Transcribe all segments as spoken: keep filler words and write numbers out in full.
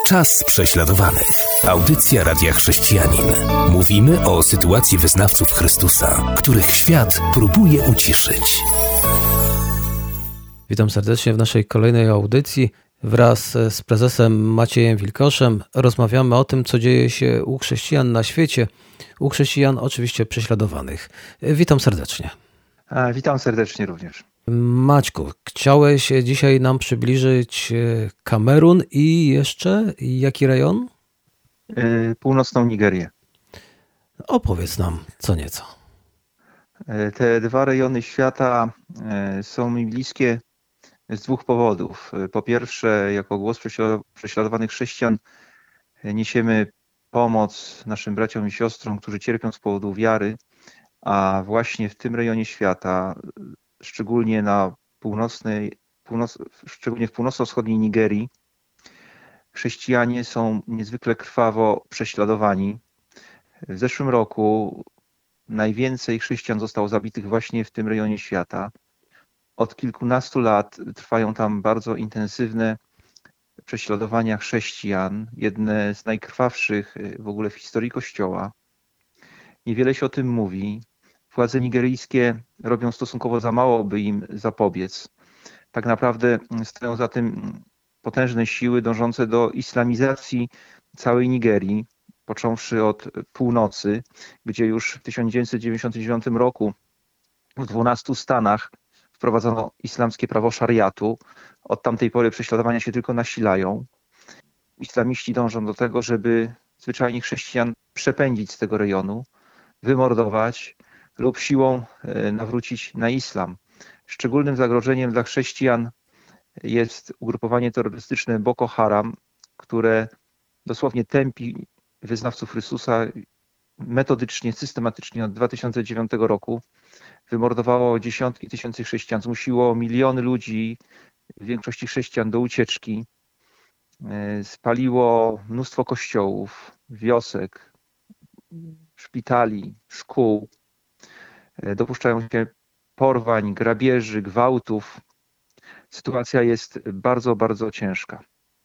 Czas prześladowanych. Audycja Radia Chrześcijanin. Mówimy o sytuacji wyznawców Chrystusa, których świat próbuje uciszyć. Witam serdecznie w naszej kolejnej audycji. Wraz z prezesem Maciejem Wilkoszem rozmawiamy o tym, co dzieje się u chrześcijan na świecie, u chrześcijan oczywiście prześladowanych. Witam serdecznie. A, witam serdecznie również. Maćku, chciałeś dzisiaj nam przybliżyć Kamerun i jeszcze jaki rejon? Yy, północną Nigerię. Opowiedz nam co nieco. Te dwa rejony świata są mi bliskie z dwóch powodów. Po pierwsze, jako głos prześladowanych chrześcijan niesiemy pomoc naszym braciom i siostrom, którzy cierpią z powodu wiary, a właśnie w tym rejonie świata, szczególnie na północnej, północ, szczególnie w północno-wschodniej Nigerii, chrześcijanie są niezwykle krwawo prześladowani. W zeszłym roku najwięcej chrześcijan zostało zabitych właśnie w tym rejonie świata. Od kilkunastu lat trwają tam bardzo intensywne prześladowania chrześcijan, jedne z najkrwawszych w ogóle w historii Kościoła. Niewiele się o tym mówi. Władze nigeryjskie robią stosunkowo za mało, by im zapobiec. Tak naprawdę stoją za tym potężne siły dążące do islamizacji całej Nigerii, począwszy od północy, gdzie już w tysiąc dziewięćset dziewięćdziesiątym dziewiątym roku w dwunastu stanach wprowadzono islamskie prawo szariatu. Od tamtej pory prześladowania się tylko nasilają. Islamiści dążą do tego, żeby zwyczajnie chrześcijan przepędzić z tego rejonu, wymordować lub siłą nawrócić na islam. Szczególnym zagrożeniem dla chrześcijan jest ugrupowanie terrorystyczne Boko Haram, które dosłownie tępi wyznawców Chrystusa metodycznie, systematycznie od dwa tysiące dziewiątego roku. Wymordowało dziesiątki tysięcy chrześcijan, zmusiło miliony ludzi, w większości chrześcijan, do ucieczki. Spaliło mnóstwo kościołów, wiosek, szpitali, szkół. Dopuszczają się porwań, grabieży, gwałtów. Sytuacja jest bardzo, bardzo ciężka.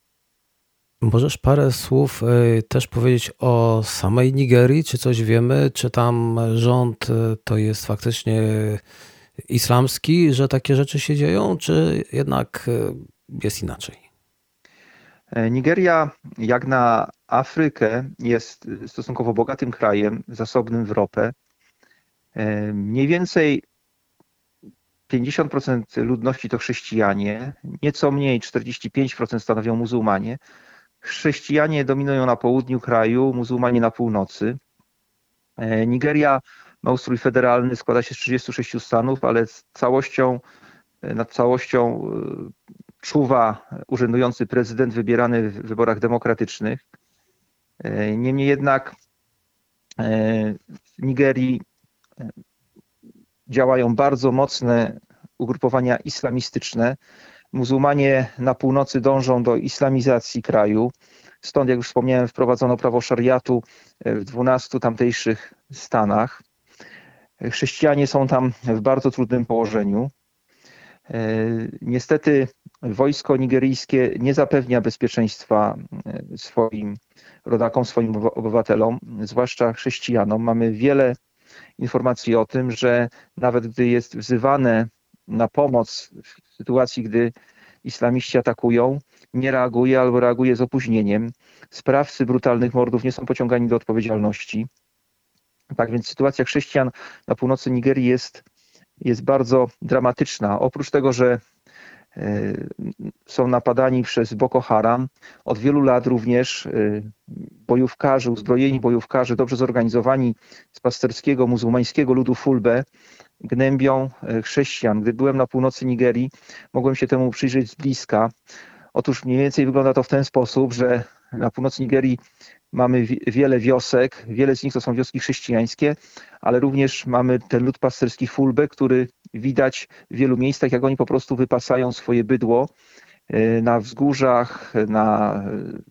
Możesz parę słów też powiedzieć o samej Nigerii? Czy coś wiemy? Czy tam rząd to jest faktycznie islamski, że takie rzeczy się dzieją? Czy jednak jest inaczej? Nigeria, jak na Afrykę, jest stosunkowo bogatym krajem, zasobnym w ropę. Mniej więcej pięćdziesiąt procent ludności to chrześcijanie, nieco mniej, czterdzieści pięć procent stanowią muzułmanie. Chrześcijanie dominują na południu kraju, muzułmanie na północy. Nigeria ma ustrój federalny, składa się z trzydziestu sześciu stanów, ale z całością, nad całością czuwa urzędujący prezydent wybierany w wyborach demokratycznych. Niemniej jednak w Nigerii działają bardzo mocne ugrupowania islamistyczne. Muzułmanie na północy dążą do islamizacji kraju. Stąd, jak już wspomniałem, wprowadzono prawo szariatu w dwunastu tamtejszych stanach. Chrześcijanie są tam w bardzo trudnym położeniu. Niestety wojsko nigeryjskie nie zapewnia bezpieczeństwa swoim rodakom, swoim obywatelom, zwłaszcza chrześcijanom. Mamy wiele informacji o tym, że nawet gdy jest wzywane na pomoc w sytuacji, gdy islamiści atakują, nie reaguje albo reaguje z opóźnieniem. Sprawcy brutalnych mordów nie są pociągani do odpowiedzialności. Tak więc sytuacja chrześcijan na północy Nigerii jest, jest bardzo dramatyczna. Oprócz tego, że są napadani przez Boko Haram, od wielu lat również bojówkarze, uzbrojeni bojówkarze, dobrze zorganizowani z pasterskiego, muzułmańskiego ludu Fulbe, gnębią chrześcijan. Gdy byłem na północy Nigerii, mogłem się temu przyjrzeć z bliska. Otóż mniej więcej wygląda to w ten sposób, że na północy Nigerii mamy wiele wiosek, wiele z nich to są wioski chrześcijańskie, ale również mamy ten lud pasterski Fulbe, który widać w wielu miejscach, jak oni po prostu wypasają swoje bydło na wzgórzach, na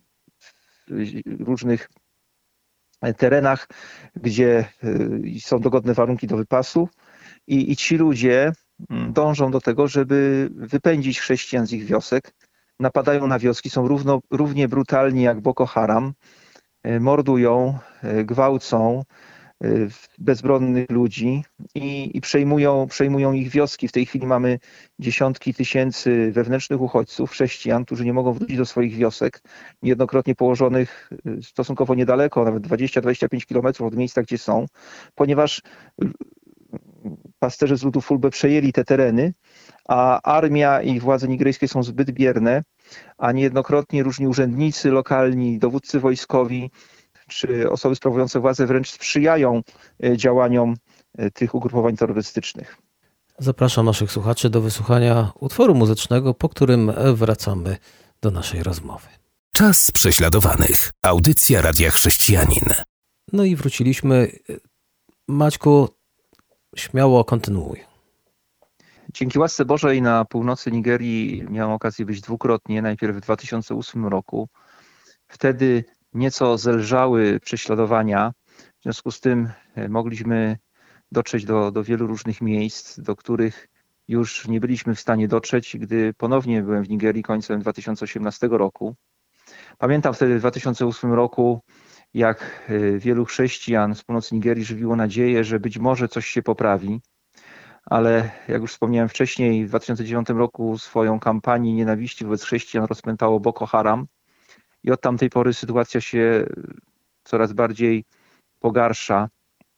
różnych terenach, gdzie są dogodne warunki do wypasu. I, i ci ludzie dążą do tego, żeby wypędzić chrześcijan z ich wiosek. napadają na wioski, są równo, równie brutalni jak Boko Haram, mordują, gwałcą bezbronnych ludzi i, i przejmują, przejmują ich wioski. W tej chwili mamy dziesiątki tysięcy wewnętrznych uchodźców, chrześcijan, którzy nie mogą wrócić do swoich wiosek, niejednokrotnie położonych stosunkowo niedaleko, nawet dwadzieścia do dwudziestu pięciu kilometrów od miejsca, gdzie są, ponieważ pasterze z ludu Fulbe przejęli te tereny, a armia i władze nigeryjskie są zbyt bierne, a niejednokrotnie różni urzędnicy lokalni, dowódcy wojskowi czy osoby sprawujące władzę wręcz sprzyjają działaniom tych ugrupowań terrorystycznych. Zapraszam naszych słuchaczy do wysłuchania utworu muzycznego, po którym wracamy do naszej rozmowy. Czas prześladowanych. Audycja Radia Chrześcijanin. No i wróciliśmy. Maćku, śmiało kontynuuj. Dzięki łasce Bożej na północy Nigerii miałem okazję być dwukrotnie. Najpierw w dwa tysiące ósmym roku. Wtedy nieco zelżały prześladowania. W związku z tym mogliśmy dotrzeć do, do wielu różnych miejsc, do których już nie byliśmy w stanie dotrzeć, gdy ponownie byłem w Nigerii końcem dwa tysiące osiemnastego roku. Pamiętam wtedy w dwa tysiące ósmym roku, jak wielu chrześcijan z północy Nigerii żywiło nadzieję, że być może coś się poprawi. Ale jak już wspomniałem wcześniej, w dwa tysiące dziewiątym roku swoją kampanię nienawiści wobec chrześcijan rozpętało Boko Haram i od tamtej pory sytuacja się coraz bardziej pogarsza.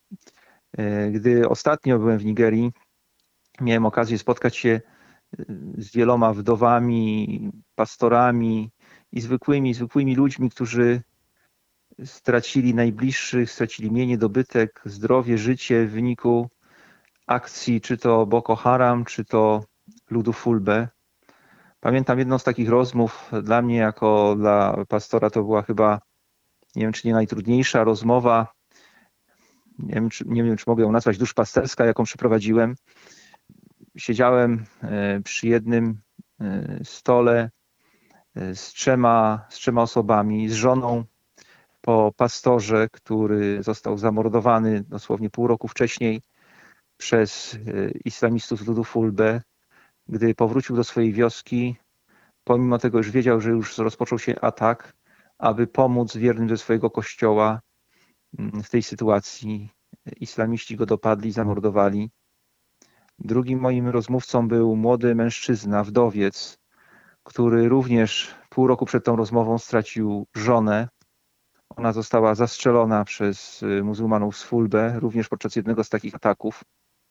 Gdy ostatnio byłem w Nigerii, miałem okazję spotkać się z wieloma wdowami, pastorami i zwykłymi, zwykłymi ludźmi, którzy stracili najbliższych, stracili mienie, dobytek, zdrowie, życie w wyniku akcji, czy to Boko Haram, czy to ludu Fulbe. Pamiętam jedną z takich rozmów, dla mnie jako dla pastora to była chyba, nie wiem czy nie najtrudniejsza rozmowa, nie wiem czy, nie wiem, czy mogę ją nazwać duszpasterska, jaką przeprowadziłem. Siedziałem przy jednym stole z trzema, z trzema osobami, z żoną po pastorze, który został zamordowany dosłownie pół roku wcześniej przez islamistów z ludu Fulbe. Gdy powrócił do swojej wioski, pomimo tego, już wiedział, że już rozpoczął się atak, aby pomóc wiernym ze swojego kościoła w tej sytuacji. Islamiści go dopadli, zamordowali. Drugim moim rozmówcą był młody mężczyzna, wdowiec, który również pół roku przed tą rozmową stracił żonę. Ona została zastrzelona przez muzułmanów z Fulbe, również podczas jednego z takich ataków.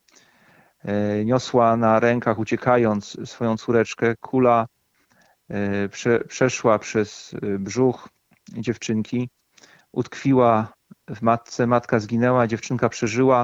Niosła na rękach, uciekając, swoją córeczkę. Kula prze, przeszła przez brzuch dziewczynki, utkwiła w matce, matka zginęła, dziewczynka przeżyła,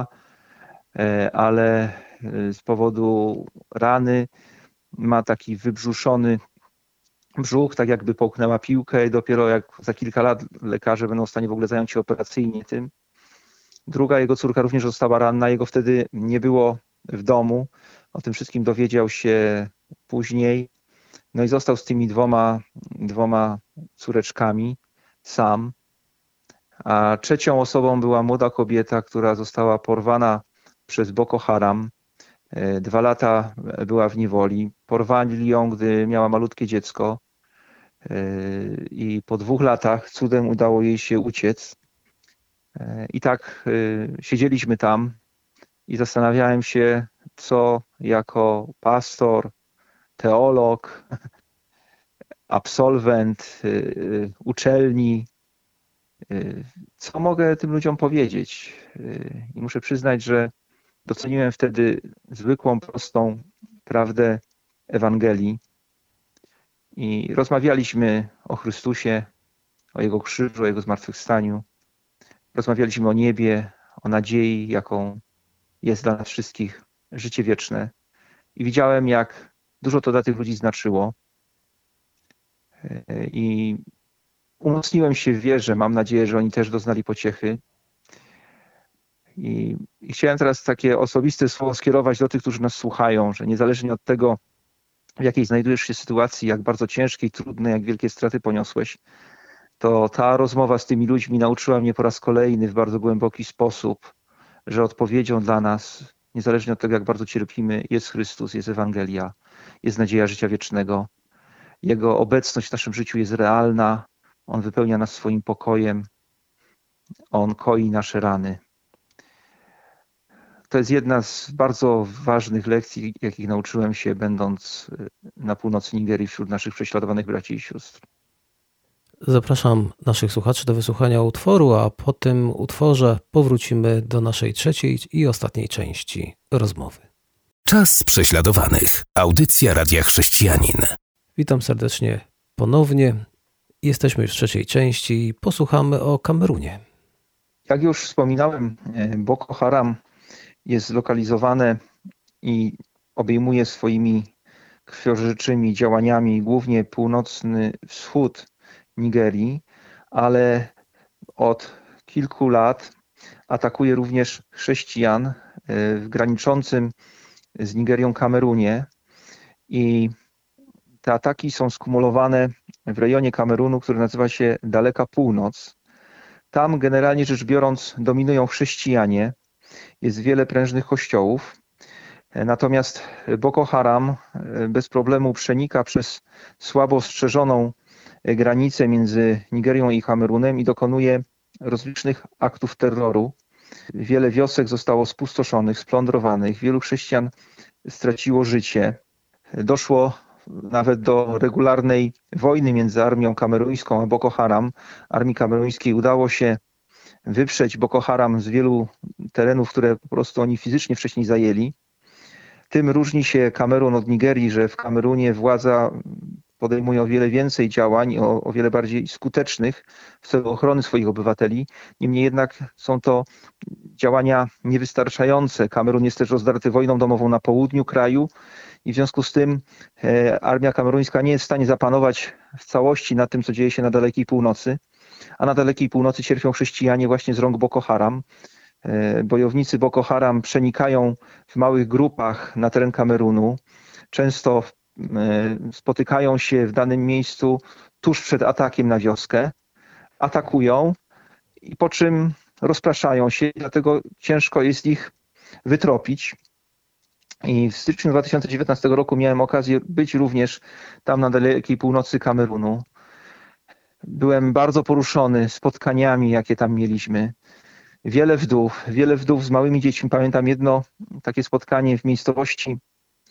ale z powodu rany ma taki wybrzuszony brzuch, tak jakby połknęła piłkę i dopiero jak za kilka lat lekarze będą w stanie w ogóle zająć się operacyjnie tym. Druga jego córka również została ranna, jego wtedy nie było w domu. O tym wszystkim dowiedział się później. No i został z tymi dwoma, dwoma córeczkami sam. A trzecią osobą była młoda kobieta, która została porwana przez Boko Haram. Dwa lata była w niewoli. Porwali ją, gdy miała malutkie dziecko. I po dwóch latach cudem udało jej się uciec. I tak siedzieliśmy tam i zastanawiałem się, co jako pastor, teolog, absolwent uczelni, co mogę tym ludziom powiedzieć. I muszę przyznać, że doceniłem wtedy zwykłą, prostą prawdę Ewangelii i rozmawialiśmy o Chrystusie, o Jego krzyżu, o Jego zmartwychwstaniu. Rozmawialiśmy o niebie, o nadziei, jaką jest dla nas wszystkich życie wieczne. I widziałem, jak dużo to dla tych ludzi znaczyło. I umocniłem się w wierze. Mam nadzieję, że oni też doznali pociechy. I, I chciałem teraz takie osobiste słowo skierować do tych, którzy nas słuchają, że niezależnie od tego, w jakiej znajdujesz się sytuacji, jak bardzo ciężkiej, trudnej, jak wielkie straty poniosłeś, to ta rozmowa z tymi ludźmi nauczyła mnie po raz kolejny w bardzo głęboki sposób, że odpowiedzią dla nas, niezależnie od tego, jak bardzo cierpimy, jest Chrystus, jest Ewangelia, jest nadzieja życia wiecznego. Jego obecność w naszym życiu jest realna. On wypełnia nas swoim pokojem. On koi nasze rany. To jest jedna z bardzo ważnych lekcji, jakich nauczyłem się, będąc na północy Nigerii wśród naszych prześladowanych braci i sióstr. Zapraszam naszych słuchaczy do wysłuchania utworu, a po tym utworze powrócimy do naszej trzeciej i ostatniej części rozmowy. Czas prześladowanych. Audycja Radia Chrześcijanin. Witam serdecznie ponownie. Jesteśmy już w trzeciej części i posłuchamy o Kamerunie. Jak już wspominałem, Boko Haram jest zlokalizowane i obejmuje swoimi krwiożerczymi działaniami głównie północny wschód Nigerii, ale od kilku lat atakuje również chrześcijan w graniczącym z Nigerią Kamerunie i te ataki są skumulowane w rejonie Kamerunu, który nazywa się Daleka Północ. Tam generalnie rzecz biorąc dominują chrześcijanie, jest wiele prężnych kościołów, natomiast Boko Haram bez problemu przenika przez słabo ostrzeżoną granicę między Nigerią i Kamerunem i dokonuje rozlicznych aktów terroru. Wiele wiosek zostało spustoszonych, splądrowanych, wielu chrześcijan straciło życie. Doszło nawet do regularnej wojny między armią kameruńską a Boko Haram. Armii kameruńskiej udało się wyprzeć Boko Haram z wielu terenów, które po prostu oni fizycznie wcześniej zajęli. Tym różni się Kamerun od Nigerii, że w Kamerunie władza podejmuje o wiele więcej działań, o, o wiele bardziej skutecznych w celu ochrony swoich obywateli. Niemniej jednak są to działania niewystarczające. Kamerun jest też rozdarty wojną domową na południu kraju i w związku z tym e, armia kameruńska nie jest w stanie zapanować w całości nad tym, co dzieje się na Dalekiej Północy, a na Dalekiej Północy cierpią chrześcijanie właśnie z rąk Boko Haram. E, bojownicy Boko Haram przenikają w małych grupach na teren Kamerunu. Często spotykają się w danym miejscu tuż przed atakiem na wioskę, atakują i po czym rozpraszają się, dlatego ciężko jest ich wytropić. I w styczniu dwa tysiące dziewiętnastego roku miałem okazję być również tam na Dalekiej Północy Kamerunu. Byłem bardzo poruszony spotkaniami, jakie tam mieliśmy. Wiele wdów, wiele wdów z małymi dziećmi. Pamiętam jedno takie spotkanie w miejscowości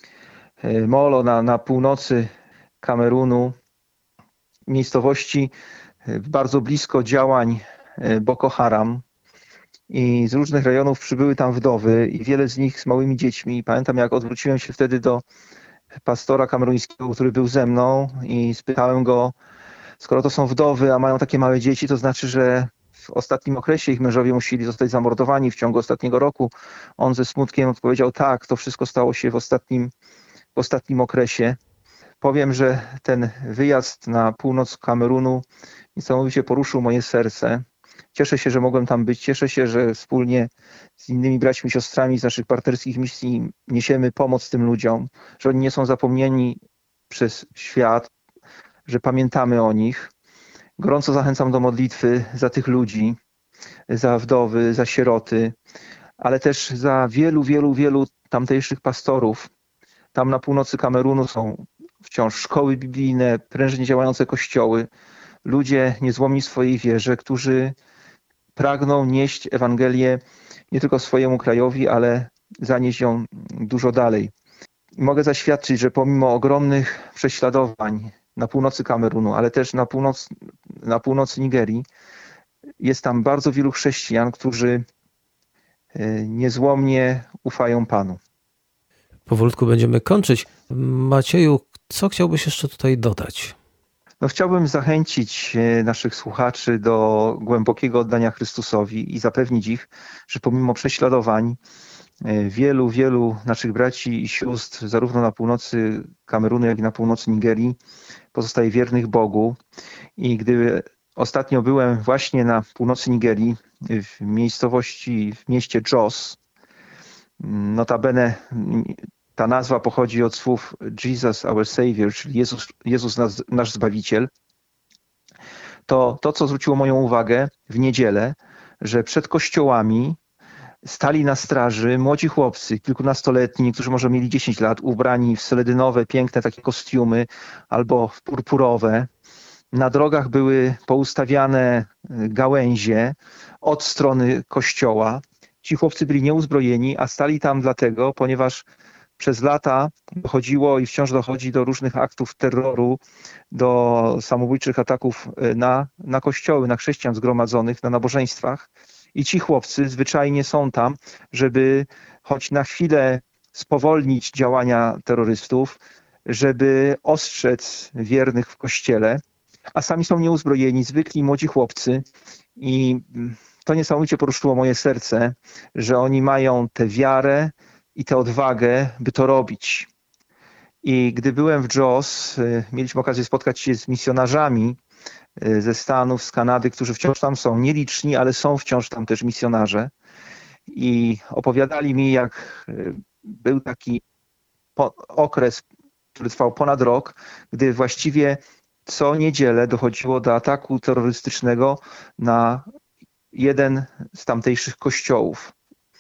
Molo na, na północy Kamerunu, miejscowości bardzo blisko działań Boko Haram i z różnych rejonów przybyły tam wdowy i wiele z nich z małymi dziećmi. Pamiętam, jak odwróciłem się wtedy do pastora kameruńskiego, który był ze mną i spytałem go, skoro to są wdowy, a mają takie małe dzieci, to znaczy, że w ostatnim okresie ich mężowie musieli zostać zamordowani w ciągu ostatniego roku. On ze smutkiem odpowiedział, tak, to wszystko stało się w ostatnim w ostatnim okresie. Powiem, że ten wyjazd na północ Kamerunu niesamowicie poruszył moje serce. Cieszę się, że mogłem tam być. Cieszę się, że wspólnie z innymi braćmi i siostrami z naszych partnerskich misji niesiemy pomoc tym ludziom, że oni nie są zapomnieni przez świat, że pamiętamy o nich. Gorąco zachęcam do modlitwy za tych ludzi, za wdowy, za sieroty, ale też za wielu, wielu, wielu tamtejszych pastorów. Tam na północy Kamerunu są wciąż szkoły biblijne, prężnie działające kościoły, ludzie niezłomni w swojej wierze, którzy pragną nieść Ewangelię nie tylko swojemu krajowi, ale zanieść ją dużo dalej. I mogę zaświadczyć, że pomimo ogromnych prześladowań na północy Kamerunu, ale też na, północ, na północy Nigerii, jest tam bardzo wielu chrześcijan, którzy niezłomnie ufają Panu. Powolutku będziemy kończyć. Macieju, co chciałbyś jeszcze tutaj dodać? No, chciałbym zachęcić naszych słuchaczy do głębokiego oddania Chrystusowi i zapewnić ich, że pomimo prześladowań wielu, wielu naszych braci i sióstr, zarówno na północy Kamerunu, jak i na północy Nigerii, pozostaje wiernych Bogu. I gdy ostatnio byłem właśnie na północy Nigerii, w miejscowości, w mieście Jos, notabene ta nazwa pochodzi od słów Jesus our Savior, czyli Jezus, Jezus nas, nasz Zbawiciel. To, to, co zwróciło moją uwagę w niedzielę, że przed kościołami stali na straży młodzi chłopcy, kilkunastoletni, niektórzy może mieli dziesięć lat, ubrani w seledynowe, piękne takie kostiumy albo purpurowe. Na drogach były poustawiane gałęzie od strony kościoła. Ci chłopcy byli nieuzbrojeni, a stali tam dlatego, ponieważ przez lata dochodziło i wciąż dochodzi do różnych aktów terroru, do samobójczych ataków na, na kościoły, na chrześcijan zgromadzonych na nabożeństwach. I ci chłopcy zwyczajnie są tam, żeby choć na chwilę spowolnić działania terrorystów, żeby ostrzec wiernych w kościele, a sami są nieuzbrojeni, zwykli młodzi chłopcy. I to niesamowicie poruszyło moje serce, że oni mają tę wiarę i tę odwagę, by to robić. I gdy byłem w Jos, mieliśmy okazję spotkać się z misjonarzami ze Stanów, z Kanady, którzy wciąż tam są, nieliczni, ale są wciąż tam też misjonarze. I opowiadali mi, jak był taki okres, który trwał ponad rok, gdy właściwie co niedzielę dochodziło do ataku terrorystycznego na jeden z tamtejszych kościołów.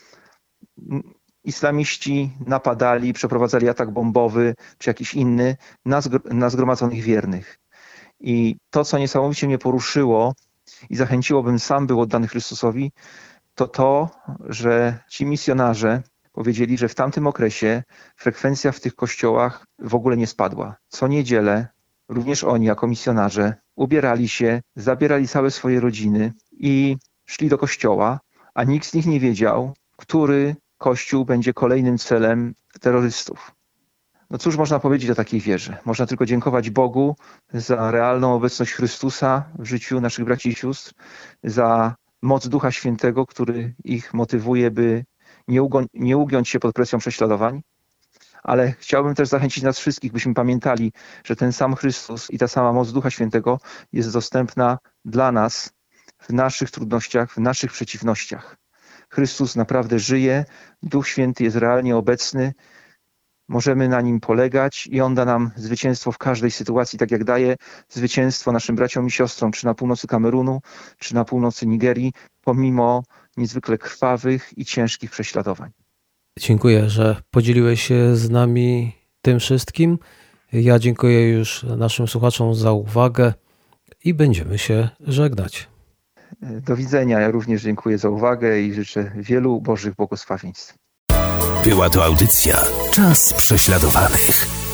Islamiści napadali, przeprowadzali atak bombowy czy jakiś inny na, zgr- na zgromadzonych wiernych. I to, co niesamowicie mnie poruszyło i zachęciło, bym sam był oddany Chrystusowi, to to, że ci misjonarze powiedzieli, że w tamtym okresie frekwencja w tych kościołach w ogóle nie spadła. Co niedzielę również oni jako misjonarze ubierali się, zabierali całe swoje rodziny i szli do kościoła, a nikt z nich nie wiedział, który kościół będzie kolejnym celem terrorystów. No cóż można powiedzieć o takiej wierze? Można tylko dziękować Bogu za realną obecność Chrystusa w życiu naszych braci i sióstr, za moc Ducha Świętego, który ich motywuje, by nie, ugo- nie ugiąć się pod presją prześladowań. Ale chciałbym też zachęcić nas wszystkich, byśmy pamiętali, że ten sam Chrystus i ta sama moc Ducha Świętego jest dostępna dla nas w naszych trudnościach, w naszych przeciwnościach. Chrystus naprawdę żyje, Duch Święty jest realnie obecny, możemy na Nim polegać i On da nam zwycięstwo w każdej sytuacji, tak jak daje zwycięstwo naszym braciom i siostrom, czy na północy Kamerunu, czy na północy Nigerii, pomimo niezwykle krwawych i ciężkich prześladowań. Dziękuję, że podzieliłeś się z nami tym wszystkim. Ja dziękuję już naszym słuchaczom za uwagę i będziemy się żegnać. Do widzenia. Ja również dziękuję za uwagę i życzę wielu Bożych błogosławieństw. Była to audycja Czas prześladowanych.